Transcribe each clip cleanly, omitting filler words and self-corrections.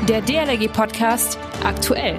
Der DLRG-Podcast aktuell.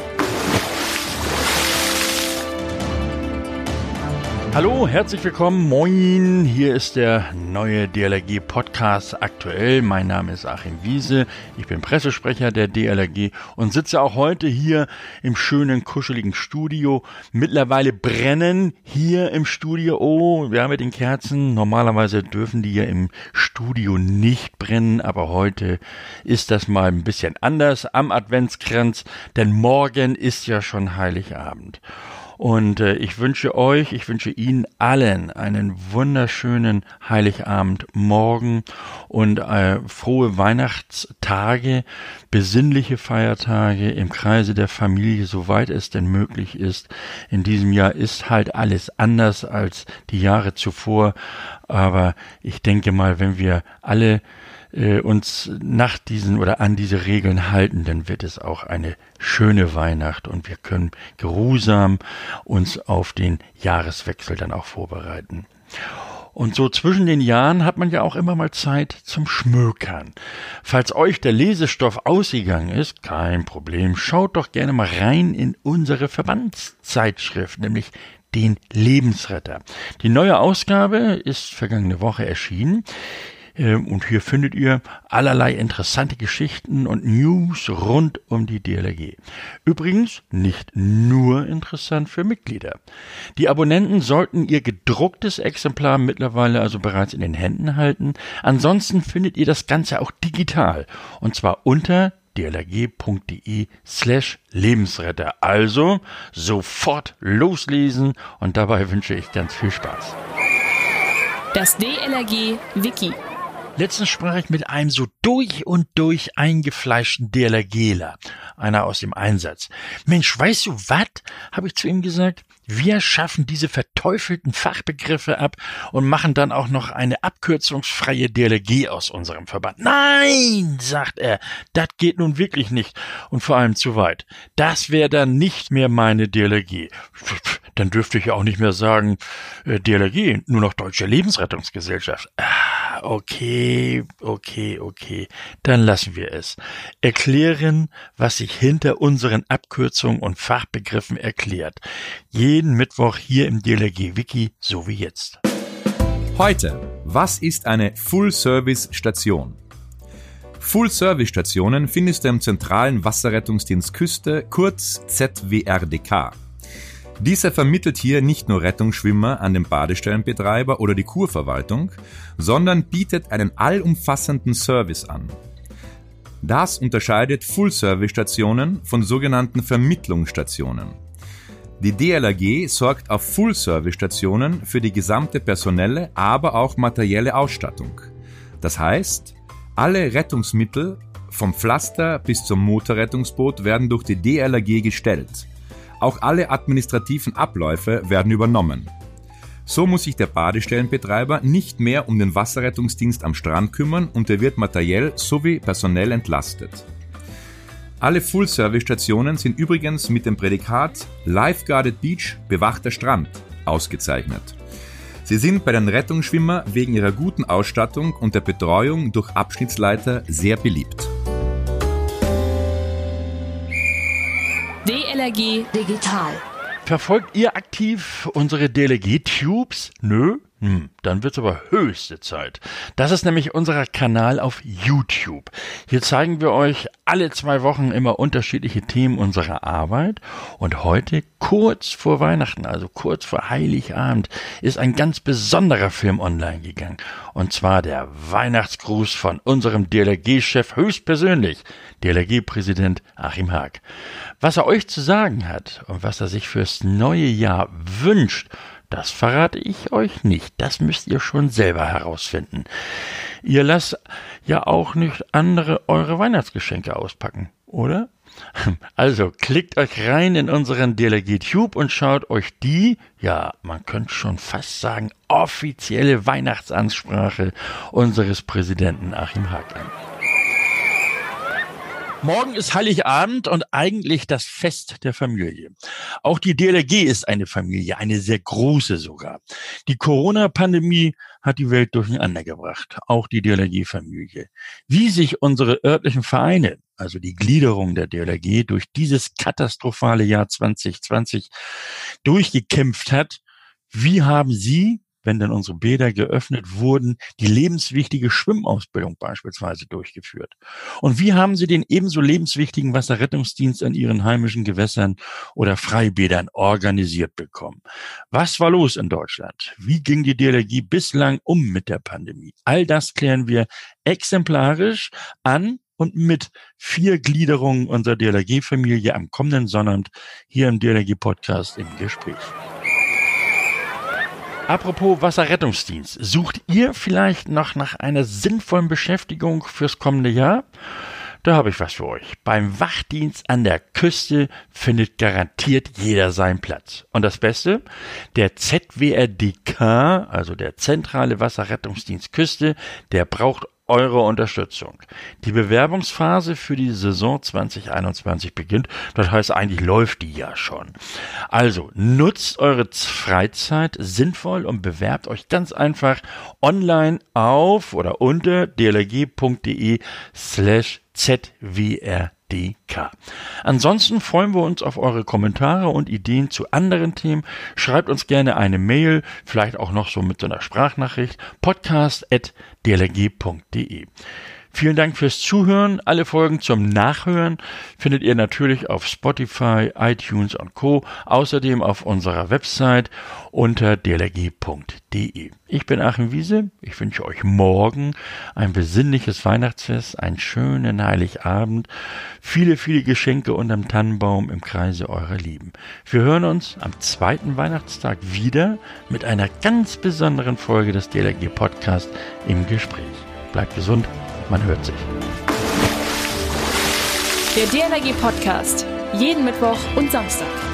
Hallo, herzlich willkommen, moin, hier ist der neue DLRG-Podcast aktuell. Mein Name ist Achim Wiese, ich bin Pressesprecher der DLRG und sitze auch heute hier im schönen, kuscheligen Studio. Mittlerweile brennen hier im Studio, wir haben mit den Kerzen, normalerweise dürfen die ja im Studio nicht brennen, aber heute ist das mal ein bisschen anders am Adventskranz, denn morgen ist ja schon Heiligabend. Und ich wünsche Ihnen allen einen wunderschönen Heiligabend morgen und frohe Weihnachtstage, besinnliche Feiertage im Kreise der Familie, soweit es denn möglich ist. In diesem Jahr ist halt alles anders als die Jahre zuvor, aber ich denke mal, wenn wir alle uns nach diesen oder an diese Regeln halten, dann wird es auch eine schöne Weihnacht und wir können geruhsam uns auf den Jahreswechsel dann auch vorbereiten. Und so zwischen den Jahren hat man ja auch immer mal Zeit zum Schmökern. Falls euch der Lesestoff ausgegangen ist, kein Problem, schaut doch gerne mal rein in unsere Verbandszeitschrift, nämlich den Lebensretter. Die neue Ausgabe ist vergangene Woche erschienen. Und hier findet ihr allerlei interessante Geschichten und News rund um die DLRG. Übrigens nicht nur interessant für Mitglieder. Die Abonnenten sollten ihr gedrucktes Exemplar mittlerweile also bereits in den Händen halten. Ansonsten findet ihr das Ganze auch digital. Und zwar unter dlrg.de/Lebensretter. Also sofort loslesen und dabei wünsche ich ganz viel Spaß. Das DLRG-Wiki. Letztens sprach ich mit einem so durch und durch eingefleischten DLRGler, einer aus dem Einsatz. Mensch, weißt du was? Habe ich zu ihm gesagt. Wir schaffen diese verteufelten Fachbegriffe ab und machen dann auch noch eine abkürzungsfreie DLRG aus unserem Verband. Nein, sagt er, das geht nun wirklich nicht und vor allem zu weit. Das wäre dann nicht mehr meine DLRG. Dann dürfte ich auch nicht mehr sagen, DLRG, nur noch Deutsche Lebensrettungsgesellschaft. Okay, dann lassen wir es. Erklären, was sich hinter unseren Abkürzungen und Fachbegriffen erklärt. Jeden Mittwoch hier im DLRG-Wiki, so wie jetzt. Heute, was ist eine Full-Service-Station? Full-Service-Stationen findest du im Zentralen Wasserrettungsdienst Küste, kurz ZWRDK. Dieser vermittelt hier nicht nur Rettungsschwimmer an den Badestellenbetreiber oder die Kurverwaltung, sondern bietet einen allumfassenden Service an. Das unterscheidet Full-Service-Stationen von sogenannten Vermittlungsstationen. Die DLRG sorgt auf Full-Service-Stationen für die gesamte personelle, aber auch materielle Ausstattung. Das heißt, alle Rettungsmittel vom Pflaster bis zum Motorrettungsboot werden durch die DLRG gestellt. Auch alle administrativen Abläufe werden übernommen. So muss sich der Badestellenbetreiber nicht mehr um den Wasserrettungsdienst am Strand kümmern und er wird materiell sowie personell entlastet. Alle Full-Service-Stationen sind übrigens mit dem Prädikat Lifeguarded Beach, bewachter Strand, ausgezeichnet. Sie sind bei den Rettungsschwimmer wegen ihrer guten Ausstattung und der Betreuung durch Abschnittsleiter sehr beliebt. DLRG Digital. Verfolgt ihr aktiv unsere DLRG-Tubes? Nö? Dann wird's aber höchste Zeit. Das ist nämlich unser Kanal auf YouTube. Hier zeigen wir euch alle 2 Wochen immer unterschiedliche Themen unserer Arbeit. Und heute, kurz vor Weihnachten, also kurz vor Heiligabend, ist ein ganz besonderer Film online gegangen. Und zwar der Weihnachtsgruß von unserem DLRG-Chef höchstpersönlich, DLRG-Präsident Achim Haag. Was er euch zu sagen hat und was er sich fürs neue Jahr wünscht, das verrate ich euch nicht. Das müsst ihr schon selber herausfinden. Ihr lasst ja auch nicht andere eure Weihnachtsgeschenke auspacken, oder? Also klickt euch rein in unseren DLRG-Tube und schaut euch die, ja, man könnte schon fast sagen, offizielle Weihnachtsansprache unseres Präsidenten Achim Haag an. Morgen ist Heiligabend und eigentlich das Fest der Familie. Auch die DLRG ist eine Familie, eine sehr große sogar. Die Corona-Pandemie hat die Welt durcheinander gebracht, auch die DLRG-Familie. Wie sich unsere örtlichen Vereine, also die Gliederung der DLRG, durch dieses katastrophale Jahr 2020 durchgekämpft hat, wie haben Sie, wenn denn unsere Bäder geöffnet wurden, die lebenswichtige Schwimmausbildung beispielsweise durchgeführt? Und wie haben Sie den ebenso lebenswichtigen Wasserrettungsdienst an Ihren heimischen Gewässern oder Freibädern organisiert bekommen? Was war los in Deutschland? Wie ging die DLRG bislang um mit der Pandemie? All das klären wir exemplarisch an und mit 4 Gliederungen unserer DLRG-Familie am kommenden Sonnabend hier im DLRG-Podcast im Gespräch. Apropos Wasserrettungsdienst, sucht ihr vielleicht noch nach einer sinnvollen Beschäftigung fürs kommende Jahr? Da habe ich was für euch. Beim Wachdienst an der Küste findet garantiert jeder seinen Platz. Und das Beste? Der ZWRDK, also der Zentrale Wasserrettungsdienst Küste, der braucht eure Unterstützung. Die Bewerbungsphase für die Saison 2021 beginnt. Das heißt, eigentlich läuft die ja schon. Also nutzt eure Freizeit sinnvoll und bewerbt euch ganz einfach online auf oder unter dlrg.de/ZWRDK. Ansonsten freuen wir uns auf eure Kommentare und Ideen zu anderen Themen. Schreibt uns gerne eine Mail, vielleicht auch noch so mit so einer Sprachnachricht, podcast@dlrg.de. Vielen Dank fürs Zuhören. Alle Folgen zum Nachhören findet ihr natürlich auf Spotify, iTunes und Co. Außerdem auf unserer Website unter dlrg.de. Ich bin Achim Wiese. Ich wünsche euch morgen ein besinnliches Weihnachtsfest, einen schönen Heiligabend, viele, viele Geschenke unterm Tannenbaum im Kreise eurer Lieben. Wir hören uns am 2. Weihnachtstag wieder mit einer ganz besonderen Folge des DLRG-Podcasts im Gespräch. Bleibt gesund. Man hört sich. Der DLRG-Podcast. Jeden Mittwoch und Samstag.